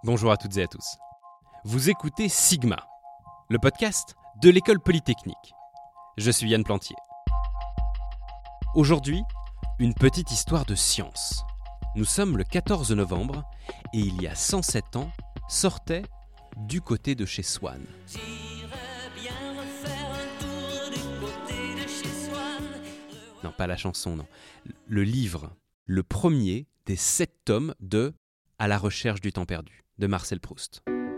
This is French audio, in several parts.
Bonjour à toutes et à tous. Vous écoutez Sigma, le podcast de l'école polytechnique. Je suis Yann Plantier. Aujourd'hui, une petite histoire de science. Nous sommes le 14 novembre et il y a 107 ans, sortait Du côté de chez Swann. Non, pas la chanson, non. Le livre, le premier des 7 tomes de À la recherche du temps perdu, de Marcel Proust.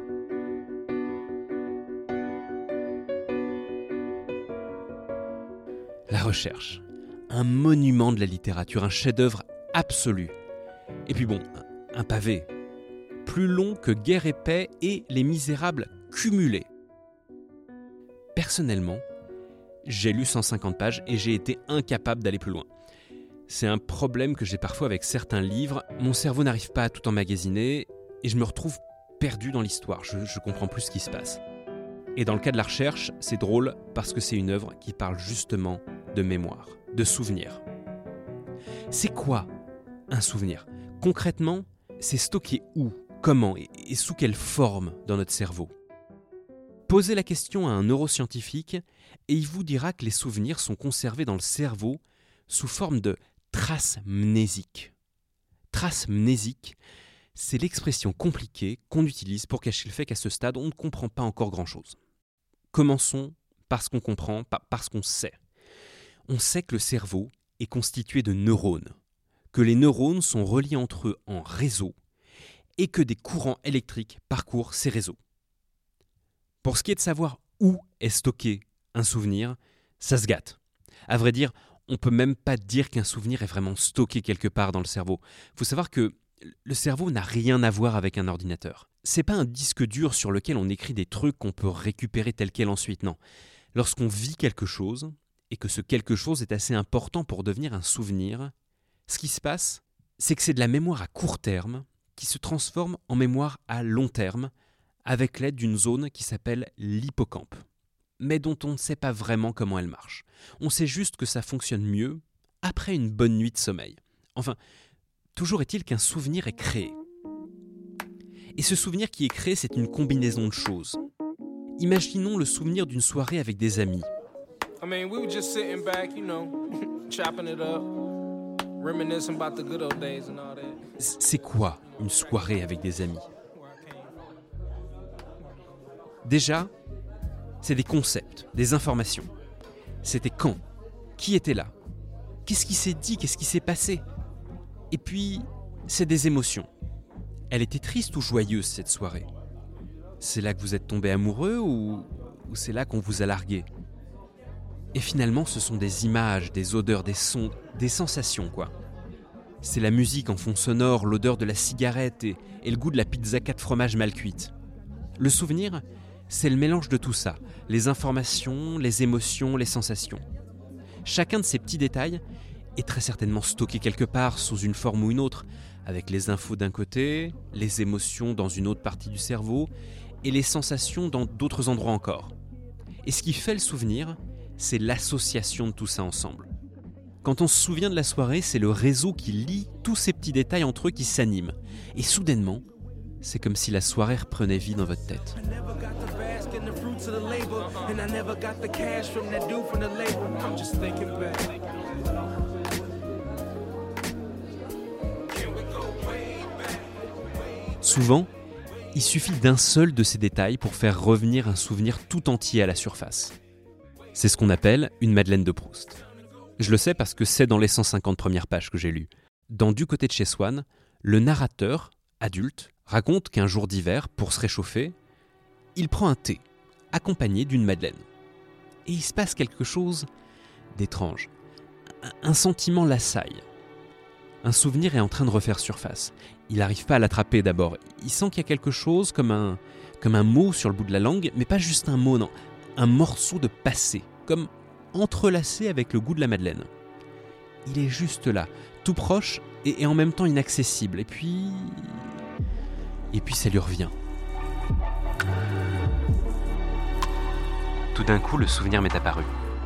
La recherche, un monument de la littérature, un chef-d'œuvre absolu. Et puis bon, un pavé, plus long que Guerre et Paix et Les Misérables cumulés. Personnellement, j'ai lu 150 pages et j'ai été incapable d'aller plus loin. C'est un problème que j'ai parfois avec certains livres. Mon cerveau n'arrive pas à tout emmagasiner et je me retrouve perdu dans l'histoire. Je comprends plus ce qui se passe. Et dans le cas de la recherche, c'est drôle parce que c'est une œuvre qui parle justement de mémoire, de souvenirs. C'est quoi un souvenir ? Concrètement, c'est stocké où, comment et sous quelle forme dans notre cerveau ? Posez la question à un neuroscientifique et il vous dira que les souvenirs sont conservés dans le cerveau sous forme de traces mnésiques. Traces mnésiques, c'est l'expression compliquée qu'on utilise pour cacher le fait qu'à ce stade, on ne comprend pas encore grand-chose. Commençons par ce qu'on comprend, par ce qu'on sait. On sait que le cerveau est constitué de neurones, que les neurones sont reliés entre eux en réseaux et que des courants électriques parcourent ces réseaux. Pour ce qui est de savoir où est stocké un souvenir, ça se gâte. À vrai dire, on ne peut même pas dire qu'un souvenir est vraiment stocké quelque part dans le cerveau. Il faut savoir que le cerveau n'a rien à voir avec un ordinateur. C'est pas un disque dur sur lequel on écrit des trucs qu'on peut récupérer tel quel ensuite, non. Lorsqu'on vit quelque chose, et que ce quelque chose est assez important pour devenir un souvenir, ce qui se passe, c'est que c'est de la mémoire à court terme qui se transforme en mémoire à long terme avec l'aide d'une zone qui s'appelle l'hippocampe, mais dont on ne sait pas vraiment comment elle marche. On sait juste que ça fonctionne mieux après une bonne nuit de sommeil. Enfin, toujours est-il qu'un souvenir est créé. Et ce souvenir qui est créé, c'est une combinaison de choses. Imaginons le souvenir d'une soirée avec des amis. We were just sitting back, chopping it up, reminiscing about the good old days and all that. C'est quoi une soirée avec des amis ? Déjà, c'est des concepts, des informations. C'était quand ? Qui était là ? Qu'est-ce qui s'est dit ? Qu'est-ce qui s'est passé ? Et puis, c'est des émotions. Elle était triste ou joyeuse cette soirée ? C'est là que vous êtes tombé amoureux ou c'est là qu'on vous a largué ? Et finalement, ce sont des images, des odeurs, des sons, des sensations, quoi. C'est la musique en fond sonore, l'odeur de la cigarette et le goût de la pizza 4 fromages mal cuite. Le souvenir, c'est le mélange de tout ça, les informations, les émotions, les sensations. Chacun de ces petits détails est très certainement stocké quelque part sous une forme ou une autre, avec les infos d'un côté, les émotions dans une autre partie du cerveau et les sensations dans d'autres endroits encore. Et ce qui fait le souvenir, c'est l'association de tout ça ensemble. Quand on se souvient de la soirée, c'est le réseau qui lie tous ces petits détails entre eux qui s'animent. Et soudainement, c'est comme si la soirée reprenait vie dans votre tête. Souvent, il suffit d'un seul de ces détails pour faire revenir un souvenir tout entier à la surface. C'est ce qu'on appelle une Madeleine de Proust. Je le sais parce que c'est dans les 150 premières pages que j'ai lues. Dans Du côté de chez Swann, le narrateur, adulte, raconte qu'un jour d'hiver, pour se réchauffer, il prend un thé, accompagné d'une madeleine. Et il se passe quelque chose d'étrange. Un sentiment l'assaille. Un souvenir est en train de refaire surface. Il n'arrive pas à l'attraper d'abord. Il sent qu'il y a quelque chose comme un mot sur le bout de la langue, mais pas juste un mot, non. Un morceau de passé, comme entrelacé avec le goût de la madeleine. Il est juste là, tout proche et en même temps inaccessible. Et puis ça lui revient. Tout d'un coup, le souvenir m'est apparu.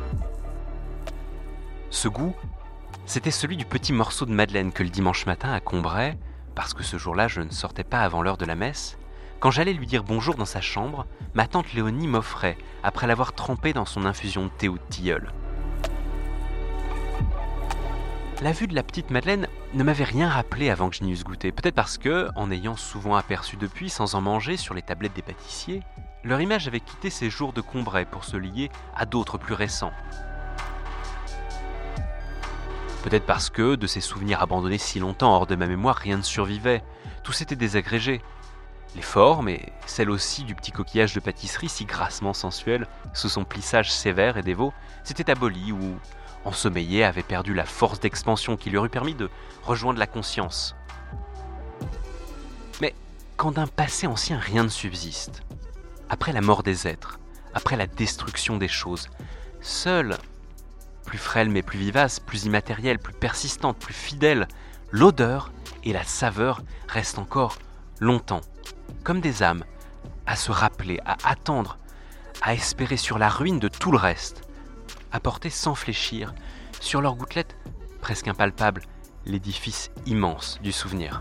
Ce goût, c'était celui du petit morceau de madeleine que le dimanche matin à Combray, parce que ce jour-là je ne sortais pas avant l'heure de la messe, Quand j'allais lui dire bonjour dans sa chambre, ma tante Léonie m'offrait, après l'avoir trempé dans son infusion de thé ou de tilleul. La vue de la petite Madeleine ne m'avait rien rappelé avant que je n'y eusse goûté. Peut-être parce que, en ayant souvent aperçu depuis sans en manger sur les tablettes des pâtissiers, leur image avait quitté ses jours de Combray pour se lier à d'autres plus récents. Peut-être parce que, de ces souvenirs abandonnés si longtemps hors de ma mémoire, rien ne survivait. Tout s'était désagrégé. Les formes, et celles aussi du petit coquillage de pâtisserie si grassement sensuel, sous son plissage sévère et dévot, s'étaient abolies ou, ensommeillées, avaient perdu la force d'expansion qui lui aurait permis de rejoindre la conscience. Mais quand d'un passé ancien rien ne subsiste, après la mort des êtres, après la destruction des choses, seule, plus frêle mais plus vivace, plus immatérielle, plus persistante, plus fidèle, l'odeur et la saveur restent encore longtemps, comme des âmes, à se rappeler, à attendre, à espérer sur la ruine de tout le reste, à porter sans fléchir, sur leurs gouttelettes presque impalpables, l'édifice immense du souvenir.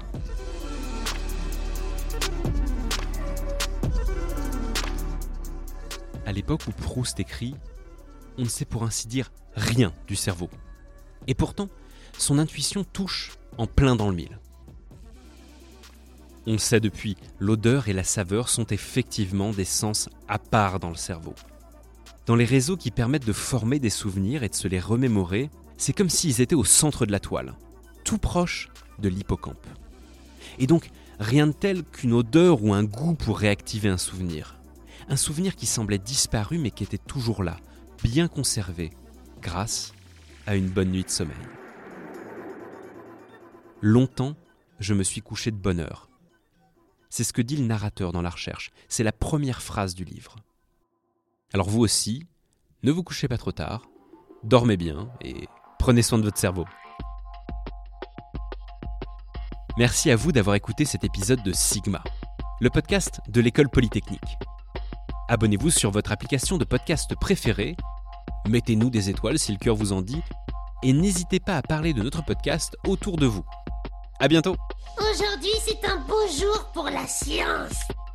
À l'époque où Proust écrit, on ne sait pour ainsi dire rien du cerveau. Et pourtant, son intuition touche en plein dans le mille. On le sait depuis, l'odeur et la saveur sont effectivement des sens à part dans le cerveau. Dans les réseaux qui permettent de former des souvenirs et de se les remémorer, c'est comme s'ils étaient au centre de la toile, tout proche de l'hippocampe. Et donc, rien de tel qu'une odeur ou un goût pour réactiver un souvenir. Un souvenir qui semblait disparu mais qui était toujours là, bien conservé, grâce à une bonne nuit de sommeil. Longtemps, je me suis couché de bonne heure. C'est ce que dit le narrateur dans la recherche. C'est la première phrase du livre. Alors vous aussi, ne vous couchez pas trop tard, dormez bien et prenez soin de votre cerveau. Merci à vous d'avoir écouté cet épisode de Sigma, le podcast de l'École Polytechnique. Abonnez-vous sur votre application de podcast préférée, mettez-nous des étoiles si le cœur vous en dit, et n'hésitez pas à parler de notre podcast autour de vous. À bientôt. Aujourd'hui, c'est un beau jour pour la science.